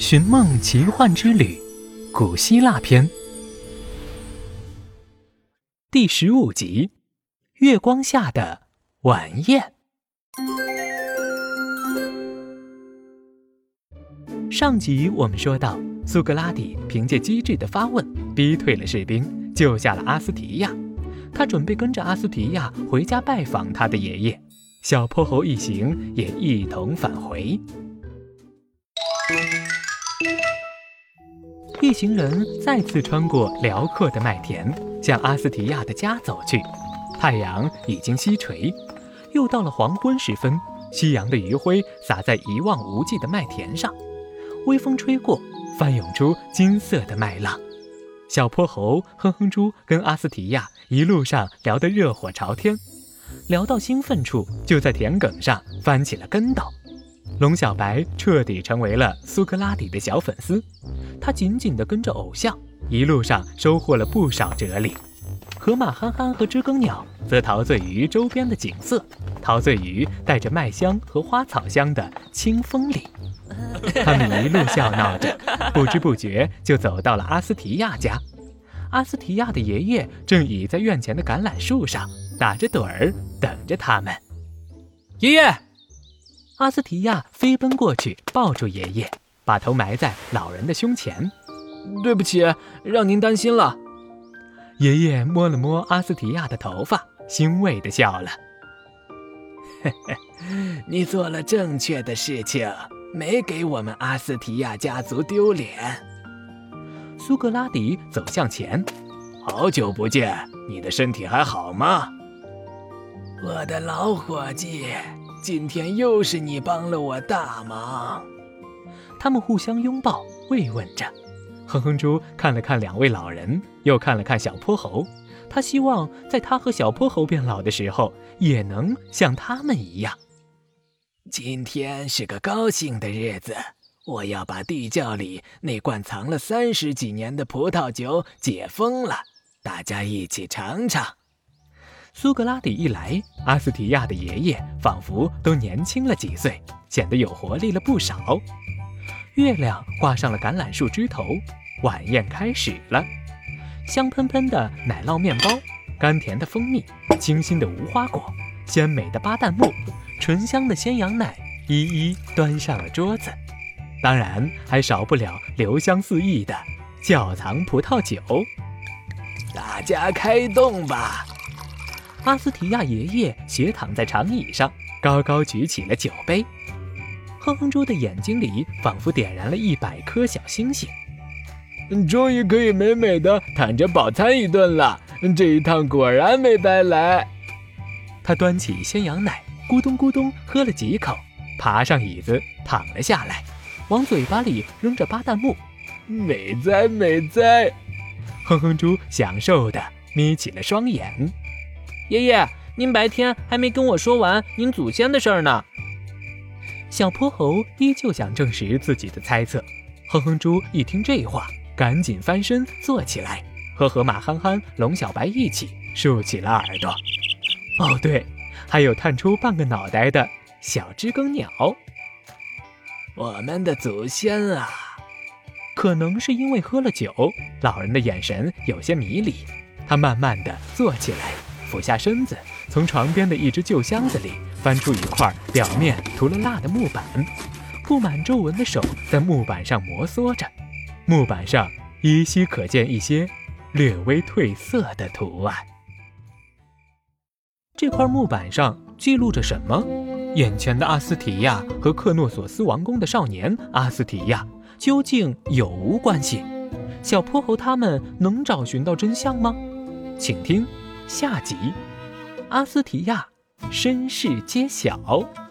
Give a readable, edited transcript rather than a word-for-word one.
寻梦奇幻之旅》古希腊篇第15集：月光下的晚宴。上集我们说到，苏格拉底凭借机智的发问，逼退了士兵，救下了阿斯提亚。他准备跟着阿斯提亚回家拜访他的爷爷。小泼猴一行也一同返回。一行人再次穿过辽阔的麦田，向阿斯提亚的家走去。太阳已经西垂，又到了黄昏时分，夕阳的余晖洒在一望无际的麦田上，微风吹过，翻涌出金色的麦浪。小泼猴、哼哼猪跟阿斯提亚一路上聊得热火朝天，聊到兴奋处，就在田埂上翻起了跟斗。龙小白彻底成为了苏格拉底的小粉丝，他紧紧地跟着偶像，一路上收获了不少哲理。河马憨憨和知更鸟则陶醉于周边的景色，陶醉于带着麦香和花草香的清风里。他们一路笑闹着，不知不觉就走到了阿斯提亚家。阿斯提亚的爷爷正倚在院前的橄榄树上，打着盹儿等着他们。爷爷！阿斯提亚飞奔过去，抱住爷爷，把头埋在老人的胸前。 对不起，让您担心了。 爷爷摸了摸阿斯提亚的头发，欣慰地笑了。 你做了正确的事情，没给我们阿斯提亚家族丢脸。 苏格拉底走向前。 好久不见，你的身体还好吗？我的老伙计，今天又是你帮了我大忙。 他们互相拥抱，慰问着。哼哼猪看了看两位老人，又看了看小泼猴，他希望在他和小泼猴变老的时候，也能像他们一样。 今天是个高兴的日子，我要把地窖里那罐藏了30几年的葡萄酒解封了，大家一起尝尝。 苏格拉底一来，阿斯提亚的爷爷仿佛都年轻了几岁，显得有活力了不少。月亮挂上了橄榄树枝头，晚宴开始了。香喷喷的奶酪面包，甘甜的蜂蜜，清新的无花果，鲜美的巴旦木，醇香的鲜羊奶，一一端上了桌子。当然还少不了留香四溢的窖藏葡萄酒。 大家开动吧！ 阿斯提亚爷爷斜躺在长椅上，高高举起了酒杯。哼哼猪的眼睛里仿佛点燃了100颗小星星。 终于可以美美的躺着饱餐一顿了，这一趟果然没白来。 他端起鲜羊奶，咕咚咕咚喝了几口，爬上椅子躺了下来，往嘴巴里扔着巴旦木。 美哉美哉！ 哼哼猪享受地眯起了双眼。 爷爷，您白天还没跟我说完您祖先的事儿呢。 小泼猴依旧想证实自己的猜测。哼哼猪一听这话，赶紧翻身坐起来，和河马憨憨、龙小白一起竖起了耳朵。哦对，还有探出半个脑袋的小知更鸟。 我们的祖先啊！ 可能是因为喝了酒，老人的眼神有些迷离。他慢慢地坐起来，俯下身子，从床边的一只旧箱子里翻出一块表面涂了蜡的木板，布满皱纹的手在木板上摩挲着，木板上依稀可见一些略微褪色的图案。这块木板上记录着什么？眼前的阿斯提亚和克诺索斯王宫的少年阿斯提亚究竟有无关系？小泼猴他们能找寻到真相吗？请听下集，阿斯提亚身世揭晓。